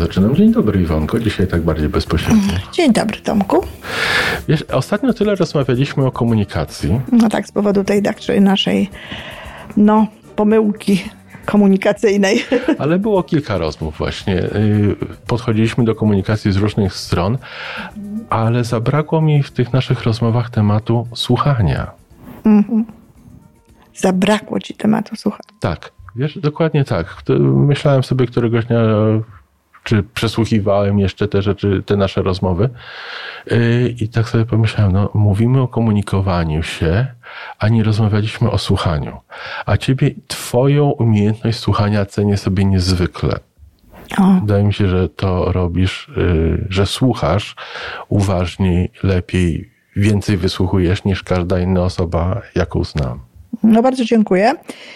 zaczynam. Dzień dobry, Iwonko. Dzisiaj tak bardziej bezpośrednio. Dzień dobry, Tomku. Wiesz, ostatnio tyle rozmawialiśmy o komunikacji. No tak, z powodu tej naszej, pomyłki komunikacyjnej. Ale było kilka rozmów właśnie. Podchodziliśmy do komunikacji z różnych stron, ale zabrakło mi w tych naszych rozmowach tematu słuchania. Zabrakło ci tematu słuchania. Tak, wiesz, dokładnie tak. Myślałem sobie któregoś dnia, czy przesłuchiwałem jeszcze te rzeczy, te nasze rozmowy i tak sobie pomyślałem, mówimy o komunikowaniu się, a nie rozmawialiśmy o słuchaniu. A twoją umiejętność słuchania cenię sobie niezwykle. Wydaje mi się, że to robisz, że słuchasz uważniej, lepiej, więcej wysłuchujesz niż każda inna osoba, jaką znam. No bardzo dziękuję.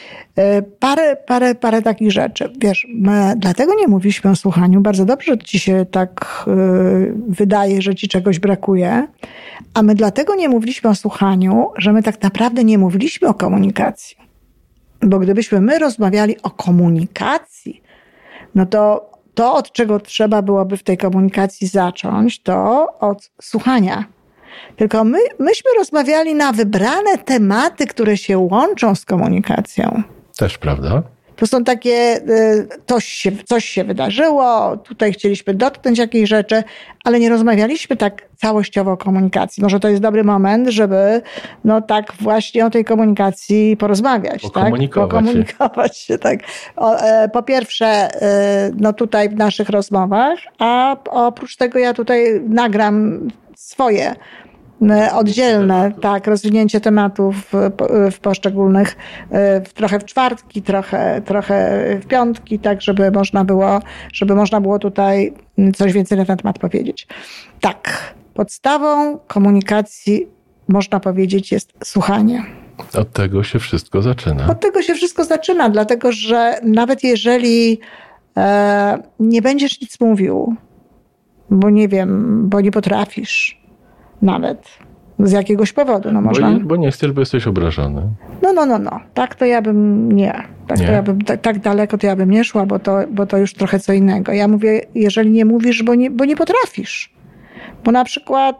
Parę takich rzeczy. Wiesz, my dlatego nie mówiliśmy o słuchaniu. Bardzo dobrze ci się tak wydaje, że ci czegoś brakuje. A my dlatego nie mówiliśmy o słuchaniu, że my tak naprawdę nie mówiliśmy o komunikacji. Bo gdybyśmy my rozmawiali o komunikacji, no to od czego trzeba byłoby w tej komunikacji zacząć, to od słuchania. Tylko myśmy rozmawiali na wybrane tematy, które się łączą z komunikacją. Też prawda? To są takie, coś się wydarzyło, tutaj chcieliśmy dotknąć jakiejś rzeczy, ale nie rozmawialiśmy tak całościowo o komunikacji. Może to jest dobry moment, żeby tak właśnie o tej komunikacji porozmawiać. Pokomunikować się. Tak. Po pierwsze, tutaj w naszych rozmowach, a oprócz tego ja tutaj nagram swoje oddzielne, rozwinięcie tematów w poszczególnych, trochę w czwartki, trochę w piątki, tak, żeby można było tutaj coś więcej na ten temat powiedzieć. Tak, podstawą komunikacji, można powiedzieć, jest słuchanie. Od tego się wszystko zaczyna. Od tego się wszystko zaczyna, dlatego że nawet jeżeli nie będziesz nic mówił, bo nie potrafisz, nawet z jakiegoś powodu. Bo nie chcesz, bo jesteś obrażony. Tak to ja bym nie. Tak daleko to ja bym nie szła, bo to już trochę co innego. Ja mówię, jeżeli nie mówisz, bo nie potrafisz. Bo na przykład,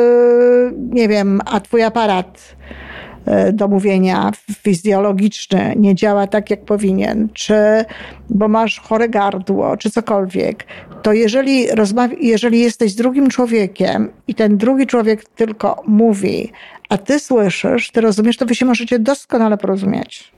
a twój aparat do mówienia fizjologiczny nie działa tak, jak powinien, bo masz chore gardło, czy cokolwiek, to jeżeli jesteś z drugim człowiekiem i ten drugi człowiek tylko mówi, a ty słyszysz, ty rozumiesz, to wy się możecie doskonale porozumieć.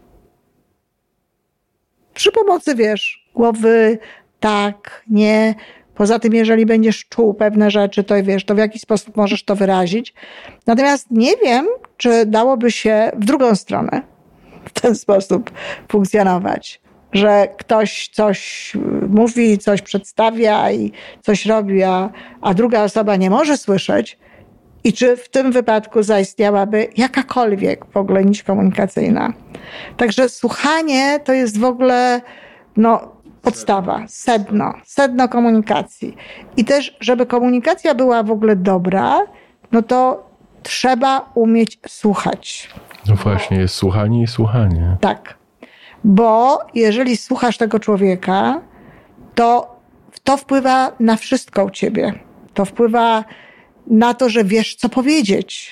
Przy pomocy, głowy, tak, nie. Poza tym, jeżeli będziesz czuł pewne rzeczy, to w jaki sposób możesz to wyrazić. Natomiast nie wiem, czy dałoby się w drugą stronę w ten sposób funkcjonować, że ktoś coś mówi, coś przedstawia i coś robi, a druga osoba nie może słyszeć. I czy w tym wypadku zaistniałaby jakakolwiek w ogóle nić komunikacyjna. Także słuchanie to jest w ogóle, podstawa, sedno komunikacji. I też, żeby komunikacja była w ogóle dobra, to trzeba umieć słuchać. No właśnie, jest słuchanie i słuchanie. Tak. Bo jeżeli słuchasz tego człowieka, to wpływa na wszystko u ciebie. To wpływa na to, że wiesz, co powiedzieć.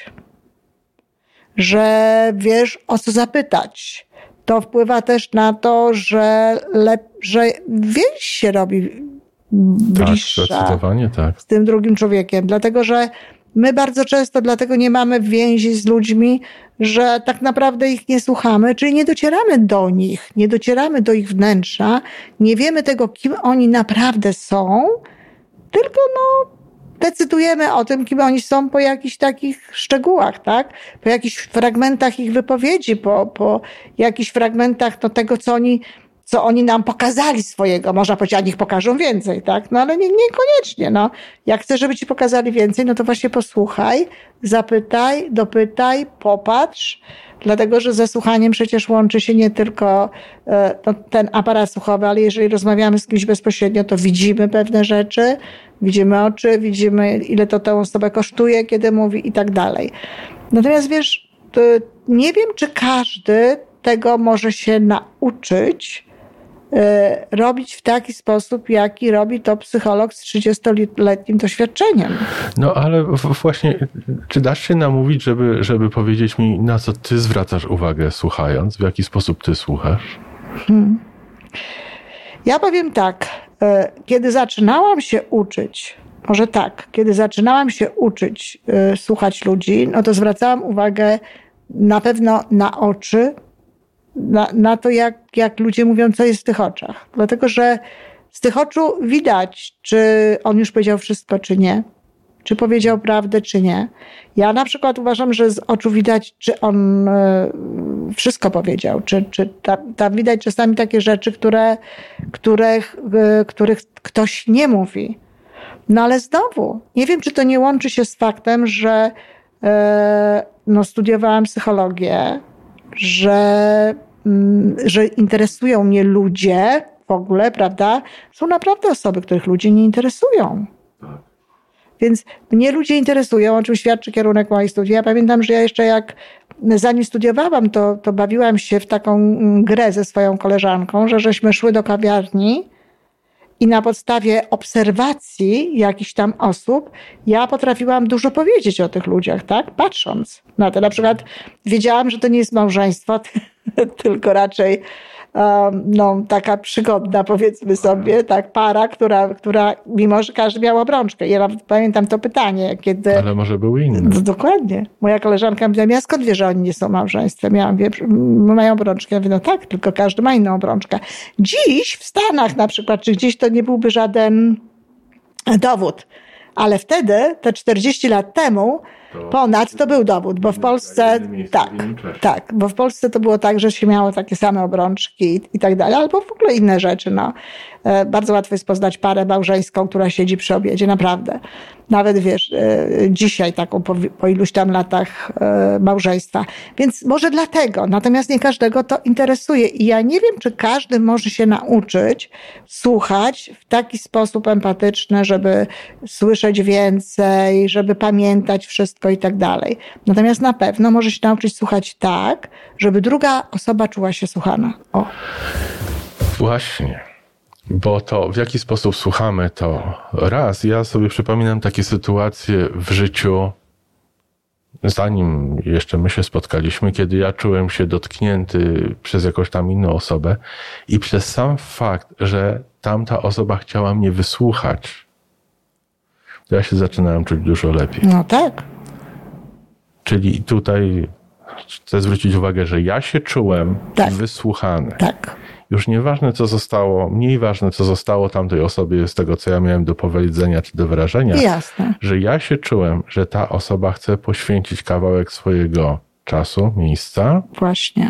Że wiesz, o co zapytać. To wpływa też na to, że więź się robi bliższa tak. z tym drugim człowiekiem. Dlatego, że my bardzo często dlatego nie mamy więzi z ludźmi, że tak naprawdę ich nie słuchamy, czyli nie docieramy do nich, nie docieramy do ich wnętrza, nie wiemy tego, kim oni naprawdę są, tylko decydujemy o tym, kim oni są po jakichś takich szczegółach, tak? Po jakichś fragmentach ich wypowiedzi, po jakichś fragmentach tego, co oni nam pokazali swojego. Można powiedzieć, a niech pokażą więcej, tak? Ale niekoniecznie, Jak chcesz, żeby ci pokazali więcej, to właśnie posłuchaj, zapytaj, dopytaj, popatrz, dlatego, że ze słuchaniem przecież łączy się nie tylko ten aparat słuchowy, ale jeżeli rozmawiamy z kimś bezpośrednio, to widzimy pewne rzeczy, widzimy oczy, widzimy, ile to tę osobę kosztuje, kiedy mówi i tak dalej. Natomiast nie wiem, czy każdy tego może się nauczyć, robić w taki sposób, jaki robi to psycholog z 30-letnim doświadczeniem. No ale właśnie, czy dasz się namówić, żeby powiedzieć mi, na co ty zwracasz uwagę słuchając? W jaki sposób ty słuchasz? Ja powiem tak, kiedy zaczynałam się uczyć, może tak, kiedy zaczynałam się uczyć słuchać ludzi, no to zwracałam uwagę na pewno na oczy, na to, jak ludzie mówią, co jest w tych oczach. Dlatego, że z tych oczu widać, czy on już powiedział wszystko, czy nie. Czy powiedział prawdę, czy nie. Ja na przykład uważam, że z oczu widać, czy on wszystko powiedział. Czy tam widać czasami takie rzeczy, których ktoś nie mówi. No ale znowu, nie wiem, czy to nie łączy się z faktem, że studiowałam psychologię, że interesują mnie ludzie w ogóle, prawda? Są naprawdę osoby, których ludzie nie interesują. Więc mnie ludzie interesują, o czym świadczy kierunek moich studiów. Ja pamiętam, że ja jeszcze zanim studiowałam, to bawiłam się w taką grę ze swoją koleżanką, żeśmy szły do kawiarni i na podstawie obserwacji jakichś tam osób ja potrafiłam dużo powiedzieć o tych ludziach, tak? Patrząc na to. Na przykład wiedziałam, że to nie jest małżeństwo, tylko raczej taka przygodna, powiedzmy sobie, tak, para, która mimo że każdy miał obrączkę. Ja pamiętam to pytanie, kiedy... Ale może były inne. No, dokładnie. Moja koleżanka mówiła, ja skąd wie, że oni nie są małżeństwem? Ja mówię, mają obrączkę. Ja mówię, no tak, tylko każdy ma inną obrączkę. Dziś w Stanach na przykład, czy gdzieś to nie byłby żaden dowód. Ale wtedy, te 40 lat temu, ponad to był dowód, bo w Polsce, bo w Polsce to było tak, że się miało takie same obrączki i tak dalej, albo w ogóle inne rzeczy, no. Bardzo łatwo jest poznać parę małżeńską, która siedzi przy obiedzie, naprawdę. Nawet wiesz, dzisiaj taką po iluś tam latach małżeństwa. Więc może dlatego, natomiast nie każdego to interesuje i ja nie wiem, czy każdy może się nauczyć słuchać w taki sposób empatyczny, żeby słyszeć więcej, żeby pamiętać wszystko i tak dalej. Natomiast na pewno może się nauczyć słuchać tak, żeby druga osoba czuła się słuchana. O. Właśnie. Bo to, w jaki sposób słuchamy, to raz. Ja sobie przypominam takie sytuacje w życiu, zanim jeszcze my się spotkaliśmy, kiedy ja czułem się dotknięty przez jakąś tam inną osobę i przez sam fakt, że tamta osoba chciała mnie wysłuchać, to ja się zaczynałem czuć dużo lepiej. No tak. Czyli tutaj chcę zwrócić uwagę, że ja się czułem wysłuchany. Tak. Już nieważne, co zostało, mniej ważne, co zostało tamtej osobie z tego, co ja miałem do powiedzenia czy do wyrażenia. Jasne. Że ja się czułem, że ta osoba chce poświęcić kawałek swojego czasu, miejsca. Właśnie.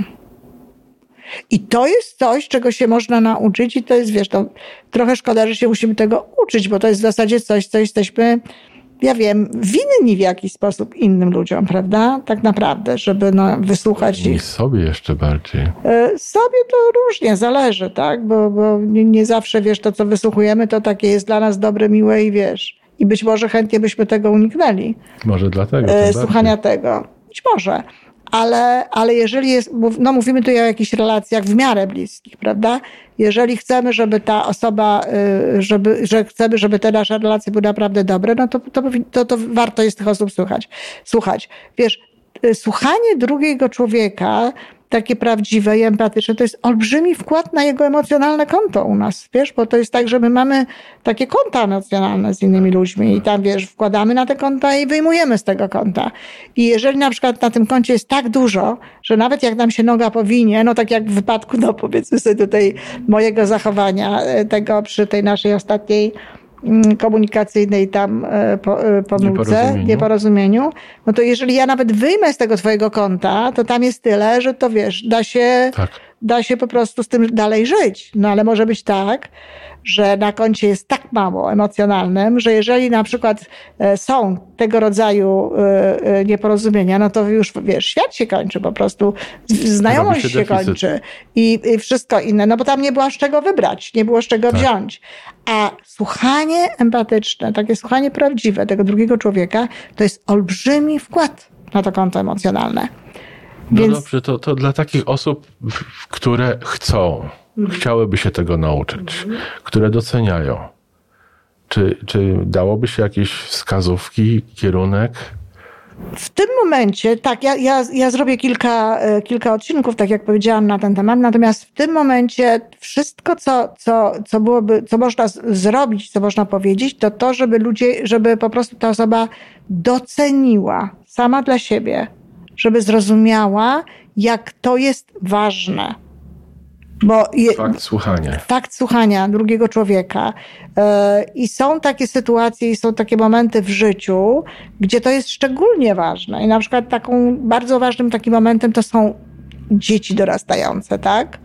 I to jest coś, czego się można nauczyć i to jest, wiesz, to trochę szkoda, że się musimy tego uczyć, bo to jest w zasadzie coś, co jesteśmy, ja wiem, winni w jakiś sposób innym ludziom, prawda? Tak naprawdę, żeby wysłuchać ich. I sobie jeszcze bardziej. Sobie to różnie zależy, tak? Bo nie zawsze, wiesz, to co wysłuchujemy, to takie jest dla nas dobre, miłe i wiesz. I być może chętnie byśmy tego uniknęli. Może dlatego. Słuchania tego. Być może. Ale jeżeli jest, mówimy tu o jakichś relacjach w miarę bliskich, prawda? Jeżeli chcemy, żeby ta osoba, chcemy, żeby te nasze relacje były naprawdę dobre, no to warto jest tych osób słuchać. Wiesz, słuchanie drugiego człowieka, takie prawdziwe i empatyczne, to jest olbrzymi wkład na jego emocjonalne konto u nas, wiesz, bo to jest tak, że my mamy takie konta emocjonalne z innymi ludźmi i tam, wiesz, wkładamy na te konta i wyjmujemy z tego konta. I jeżeli na przykład na tym koncie jest tak dużo, że nawet jak nam się noga powinie, no tak jak w wypadku, powiedzmy sobie tutaj mojego zachowania, tego przy tej naszej ostatniej komunikacyjnej tam pomyłce, nieporozumieniu, no to jeżeli ja nawet wyjmę z tego twojego konta, to tam jest tyle, że to wiesz, da się po prostu z tym dalej żyć. No ale może być tak, że na koncie jest tak mało emocjonalnym, że jeżeli na przykład są tego rodzaju nieporozumienia, no to już, wiesz, świat się kończy po prostu, znajomość się kończy i wszystko inne, no bo tam nie było z czego wybrać, nie było z czego wziąć. A słuchanie empatyczne, takie słuchanie prawdziwe tego drugiego człowieka, to jest olbrzymi wkład na to konto emocjonalne. No dobrze, to dla takich osób, które chcą chciałyby się tego nauczyć, które doceniają. Czy dałoby się jakieś wskazówki, kierunek? W tym momencie, tak, ja zrobię kilka odcinków, tak jak powiedziałam, na ten temat, natomiast w tym momencie wszystko, co można zrobić, co można powiedzieć, to żeby po prostu ta osoba doceniła sama dla siebie, żeby zrozumiała, jak to jest ważne. Fakt słuchania drugiego człowieka. I są takie sytuacje i są takie momenty w życiu, gdzie to jest szczególnie ważne. I na przykład taką bardzo ważnym takim momentem to są dzieci dorastające, tak?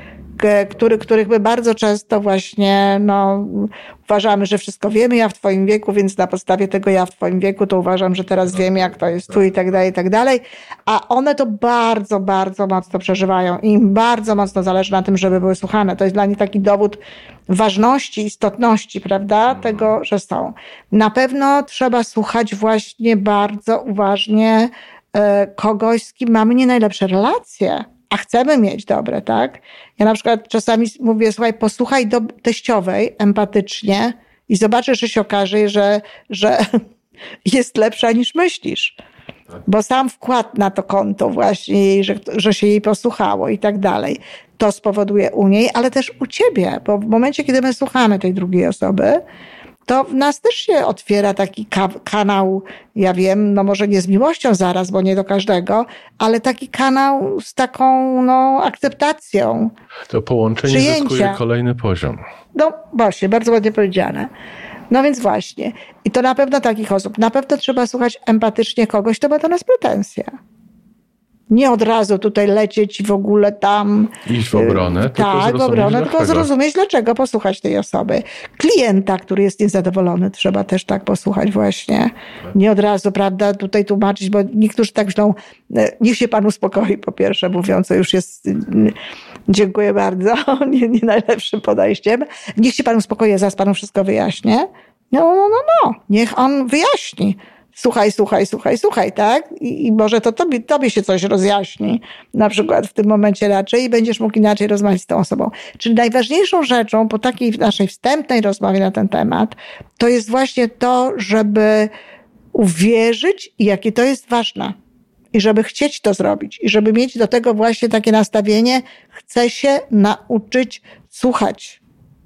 Których my bardzo często właśnie uważamy, że wszystko wiemy, ja w twoim wieku, więc na podstawie tego ja w twoim wieku to uważam, że teraz wiem, jak to jest tu i tak dalej. A one to bardzo, bardzo mocno przeżywają i im bardzo mocno zależy na tym, żeby były słuchane. To jest dla nich taki dowód ważności, istotności, prawda, tego, że są. Na pewno trzeba słuchać właśnie bardzo uważnie kogoś, z kim mamy nie najlepsze relacje, a chcemy mieć dobre, tak? Ja na przykład czasami mówię, słuchaj, posłuchaj do teściowej empatycznie i zobaczysz, że się okaże, że jest lepsza niż myślisz. Bo sam wkład na to konto właśnie, że się jej posłuchało i tak dalej, to spowoduje u niej, ale też u ciebie, bo w momencie, kiedy my słuchamy tej drugiej osoby, to w nas też się otwiera taki kanał, ja wiem, może nie z miłością zaraz, bo nie do każdego, ale taki kanał z taką akceptacją. To połączenie zyskuje kolejny poziom. No właśnie, bardzo ładnie powiedziane. No więc właśnie. I to na pewno takich osób. Na pewno trzeba słuchać empatycznie kogoś, kto ma do nas pretensje. Nie od razu tutaj lecieć i w ogóle tam... Iść w obronę. Tylko zrozumieć dlaczego, posłuchać tej osoby. Klienta, który jest niezadowolony, trzeba też tak posłuchać właśnie. Nie od razu, prawda, tutaj tłumaczyć, bo niektórzy tak myślą, niech się pan uspokoi, po pierwsze, mówiąc, co już jest... Dziękuję bardzo, nie najlepszym podejściem. Niech się pan uspokoi, ja zaraz panu wszystko wyjaśnię. No, niech on wyjaśni. Słuchaj, tak? I może to tobie się coś rozjaśni, na przykład w tym momencie raczej i będziesz mógł inaczej rozmawiać z tą osobą. Czyli najważniejszą rzeczą po takiej naszej wstępnej rozmowie na ten temat, to jest właśnie to, żeby uwierzyć, jakie to jest ważne. I żeby chcieć to zrobić. I żeby mieć do tego właśnie takie nastawienie, chcę się nauczyć słuchać.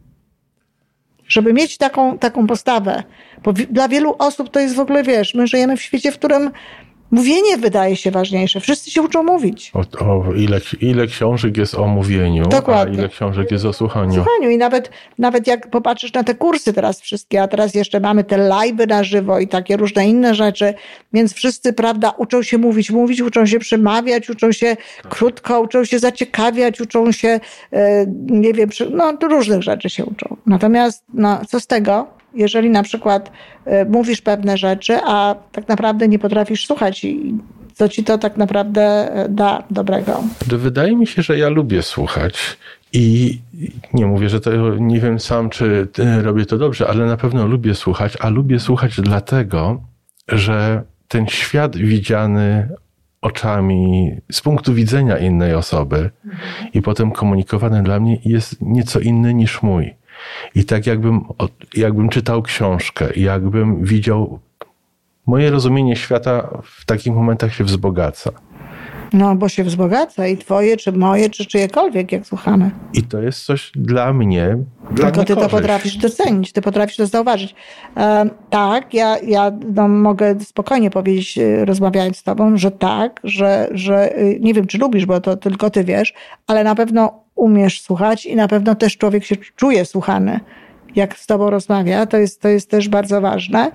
Żeby mieć taką postawę. Bo dla wielu osób to jest w ogóle, my żyjemy w świecie, w którym mówienie wydaje się ważniejsze. Wszyscy się uczą mówić. Ile książek jest o mówieniu, dokładnie. A ile książek jest o słuchaniu. I nawet jak popatrzysz na te kursy teraz wszystkie, a teraz jeszcze mamy te live'y na żywo i takie różne inne rzeczy, więc wszyscy, prawda, uczą się mówić, uczą się przemawiać, uczą się krótko, uczą się zaciekawiać, uczą się, nie wiem, różnych rzeczy się uczą. Natomiast, co z tego? Jeżeli na przykład mówisz pewne rzeczy, a tak naprawdę nie potrafisz słuchać i co ci to tak naprawdę da dobrego? Wydaje mi się, że ja lubię słuchać i nie mówię, że to nie wiem sam, czy robię to dobrze, ale na pewno lubię słuchać, a lubię słuchać dlatego, że ten świat widziany oczami z punktu widzenia innej osoby i potem komunikowany dla mnie jest nieco inny niż mój. I tak jakbym czytał książkę, jakbym widział, moje rozumienie świata w takich momentach się wzbogaca. Bo się wzbogaca i twoje, czy moje, czy czyjekolwiek, jak słuchamy. I to jest coś dla mnie, tylko ty to potrafisz docenić, ty potrafisz to zauważyć. Tak, ja mogę spokojnie powiedzieć, rozmawiając z tobą, że tak, że nie wiem, czy lubisz, bo to tylko ty wiesz, ale na pewno umiesz słuchać i na pewno też człowiek się czuje słuchany, jak z tobą rozmawia. To jest też bardzo ważne.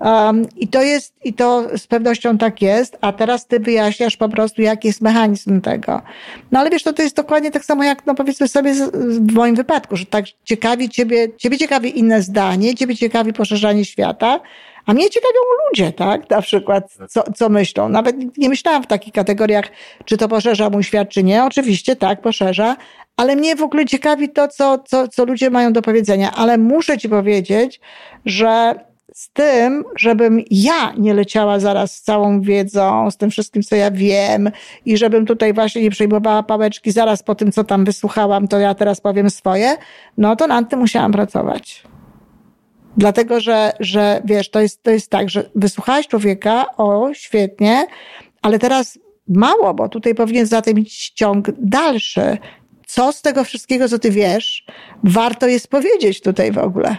I to z pewnością tak jest, a teraz ty wyjaśniasz po prostu, jaki jest mechanizm tego. Ale wiesz, to jest dokładnie tak samo jak, powiedzmy sobie w moim wypadku, że tak ciebie ciekawi inne zdanie, ciebie ciekawi poszerzanie świata, a mnie ciekawią ludzie, tak? Na przykład, co myślą. Nawet nie myślałam w takich kategoriach, czy to poszerza mój świat, czy nie. Oczywiście tak, poszerza, ale mnie w ogóle ciekawi to, co ludzie mają do powiedzenia. Ale muszę ci powiedzieć, że z tym, żebym ja nie leciała zaraz z całą wiedzą, z tym wszystkim, co ja wiem i żebym tutaj właśnie nie przejmowała pałeczki zaraz po tym, co tam wysłuchałam, to ja teraz powiem swoje, no to nad tym musiałam pracować. Dlatego, że wiesz, to jest tak, że wysłuchałeś człowieka, świetnie, ale teraz mało, bo tutaj powinien za tym iść ciąg dalszy. Co z tego wszystkiego, co ty wiesz, warto jest powiedzieć tutaj w ogóle?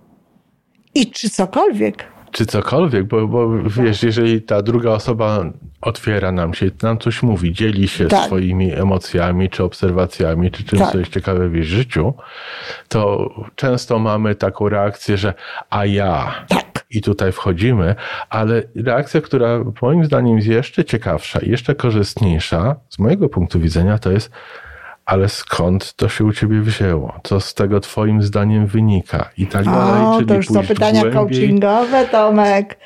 I czy cokolwiek? Czy cokolwiek, bo wiesz, jeżeli ta druga osoba otwiera nam coś mówi, dzieli się swoimi emocjami, czy obserwacjami, czy czymś, co jest ciekawe w jej życiu, to często mamy taką reakcję, że a ja... I tutaj wchodzimy, ale reakcja, która moim zdaniem jest jeszcze ciekawsza i jeszcze korzystniejsza, z mojego punktu widzenia, to jest ale skąd to się u ciebie wzięło? Co z tego twoim zdaniem wynika? I tak dalej. Czyli to już są pytania coachingowe, Tomek.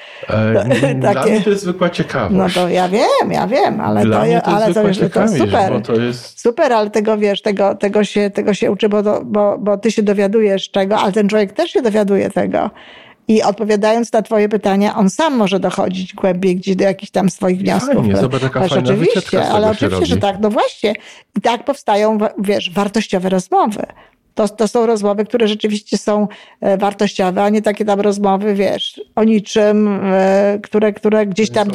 Dla mnie to jest zwykła ciekawość. No to ja wiem, ale dla mnie to jest super. Bo to jest... Super, ale tego się uczy, bo ty się dowiadujesz czego, ale ten człowiek też się dowiaduje tego. I odpowiadając na twoje pytania, on sam może dochodzić głębiej gdzieś do jakichś tam swoich wniosków. Fajnie, zobacz, jaka fajna wycieczka ale oczywiście, że tak. No właśnie. I tak powstają, wiesz, wartościowe rozmowy. To są rozmowy, które rzeczywiście są wartościowe, a nie takie tam rozmowy, wiesz, o niczym, które gdzieś tam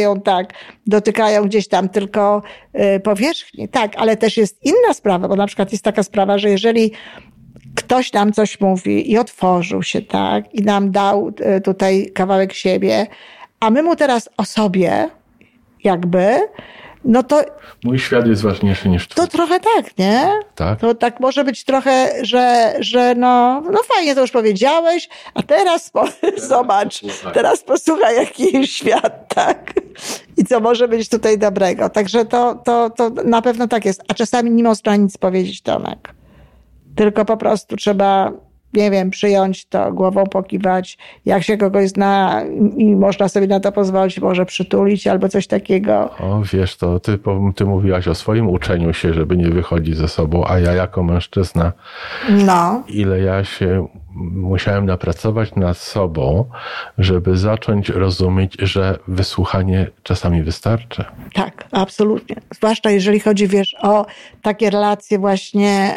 dotykają gdzieś tam tylko powierzchni. Tak, ale też jest inna sprawa, bo na przykład jest taka sprawa, że jeżeli ktoś nam coś mówi i otworzył się, tak, i nam dał tutaj kawałek siebie, a my mu teraz o sobie jakby, no to... Mój świat jest ważniejszy niż twój. To trochę tak, nie? Tak. To tak może być trochę, że no fajnie to już powiedziałeś, a teraz zobacz, teraz posłuchaj, jaki jest świat, tak? I co może być tutaj dobrego. Także to na pewno tak jest. A czasami nie można nic powiedzieć, Tomek. Tylko po prostu trzeba, nie wiem, przyjąć to, głową pokiwać. Jak się kogoś zna i można sobie na to pozwolić, może przytulić albo coś takiego. O, wiesz, to ty mówiłaś o swoim uczeniu się, żeby nie wychodzić ze sobą, a ja jako mężczyzna, ile ja się musiałem napracować nad sobą, żeby zacząć rozumieć, że wysłuchanie czasami wystarczy. Tak, absolutnie. Zwłaszcza jeżeli chodzi, wiesz, o takie relacje właśnie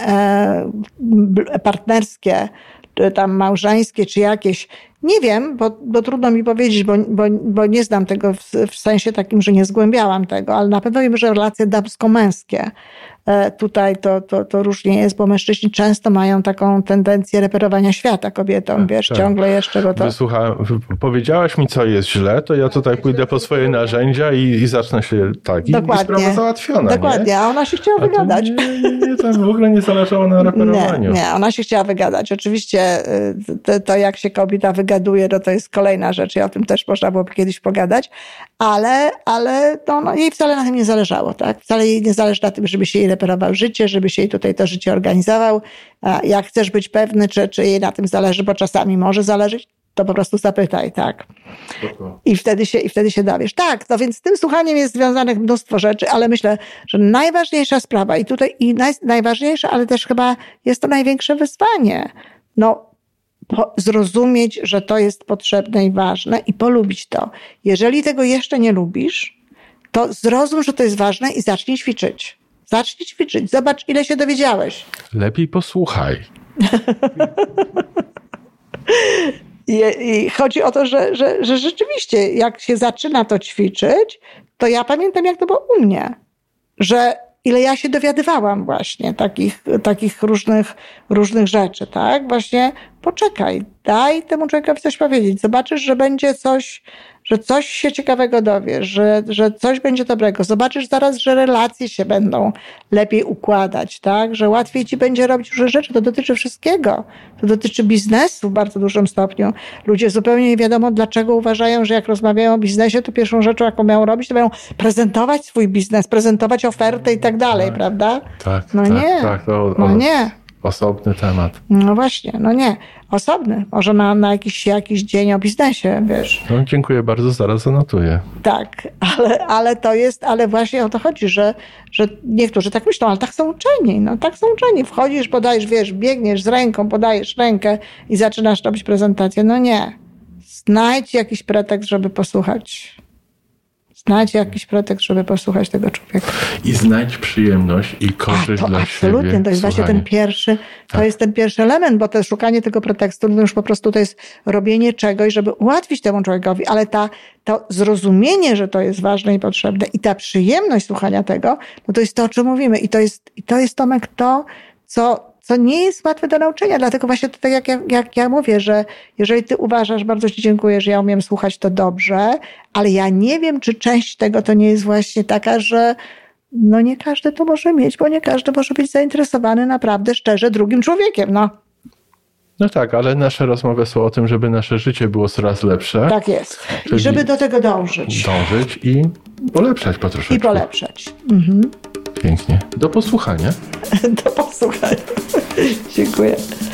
partnerskie, czy tam małżeńskie, czy jakieś. Nie wiem, bo trudno mi powiedzieć, bo nie znam tego w sensie takim, że nie zgłębiałam tego, ale na pewno wiem, że relacje damsko-męskie tutaj to różnie jest, bo mężczyźni często mają taką tendencję reperowania świata kobietom, wiesz, ciągle jeszcze go to... Powiedziałaś mi, co jest źle, to ja tutaj pójdę po swoje narzędzia i zacznę się tak. I sprawa załatwiona. Dokładnie, nie? A ona się chciała wygadać. Nie, tam w ogóle nie zależało na reperowaniu. Nie, ona się chciała wygadać. Oczywiście to jak się kobieta wygaduje, to jest kolejna rzecz i o tym też można było kiedyś pogadać, ale jej wcale na tym nie zależało, tak? Wcale jej nie zależy na tym, żeby się jej reperował życie, żeby się jej tutaj to życie organizował. Jak chcesz być pewny, czy jej na tym zależy, bo czasami może zależeć, to po prostu zapytaj, tak? I wtedy się dowiesz. Tak, no więc z tym słuchaniem jest związanych mnóstwo rzeczy, ale myślę, że najważniejsza sprawa najważniejsza, ale też chyba jest to największe wyzwanie. Zrozumieć, że to jest potrzebne i ważne i polubić to. Jeżeli tego jeszcze nie lubisz, to zrozum, że to jest ważne i zacznij ćwiczyć. Zobacz, ile się dowiedziałeś. Lepiej posłuchaj. I chodzi o to, że rzeczywiście, jak się zaczyna to ćwiczyć, to ja pamiętam, jak to było u mnie, że ile ja się dowiadywałam właśnie takich różnych rzeczy, tak? Właśnie poczekaj, daj temu człowiekowi coś powiedzieć. Zobaczysz, że będzie coś, że coś się ciekawego dowiesz, że coś będzie dobrego. Zobaczysz zaraz, że relacje się będą lepiej układać, tak? Że łatwiej ci będzie robić różne rzeczy. To dotyczy wszystkiego. To dotyczy biznesu w bardzo dużym stopniu. Ludzie zupełnie nie wiadomo, dlaczego uważają, że jak rozmawiają o biznesie, to pierwszą rzeczą, jaką mają robić, to mają prezentować swój biznes, prezentować ofertę i tak dalej, prawda? Tak, nie. Nie. Osobny temat. No właśnie, nie. Osobny. Może na jakiś dzień o biznesie, wiesz. No, dziękuję bardzo, zaraz zanotuję. Tak, ale właśnie o to chodzi, że niektórzy tak myślą, ale tak są uczeni. Tak są uczeni. Wchodzisz, podajesz, wiesz, biegniesz z ręką, podajesz rękę i zaczynasz robić prezentację. Nie. znajdź jakiś pretekst, żeby posłuchać. Znajdź jakiś pretekst, żeby posłuchać tego człowieka. I znajdź przyjemność i korzyść dla absolutnie, siebie. to jest właśnie ten pierwszy, to jest ten pierwszy element, bo to szukanie tego pretekstu, no już po prostu to jest robienie czegoś, żeby ułatwić temu człowiekowi, ale to zrozumienie, że to jest ważne i potrzebne i ta przyjemność słuchania tego, no to jest to, o czym mówimy. I to jest, Tomek, to, co nie jest łatwe do nauczenia. Dlatego właśnie to tak jak ja mówię, że jeżeli ty uważasz, bardzo ci dziękuję, że ja umiem słuchać to dobrze, ale ja nie wiem, czy część tego to nie jest właśnie taka, że no nie każdy to może mieć, bo nie każdy może być zainteresowany naprawdę szczerze drugim człowiekiem, no. No tak, ale nasze rozmowy są o tym, żeby nasze życie było coraz lepsze. Tak jest. I żeby do tego dążyć. I polepszać po troszeczku. I polepszać. Mhm. Pięknie. Do posłuchania. Do posłuchania. Dziękuję.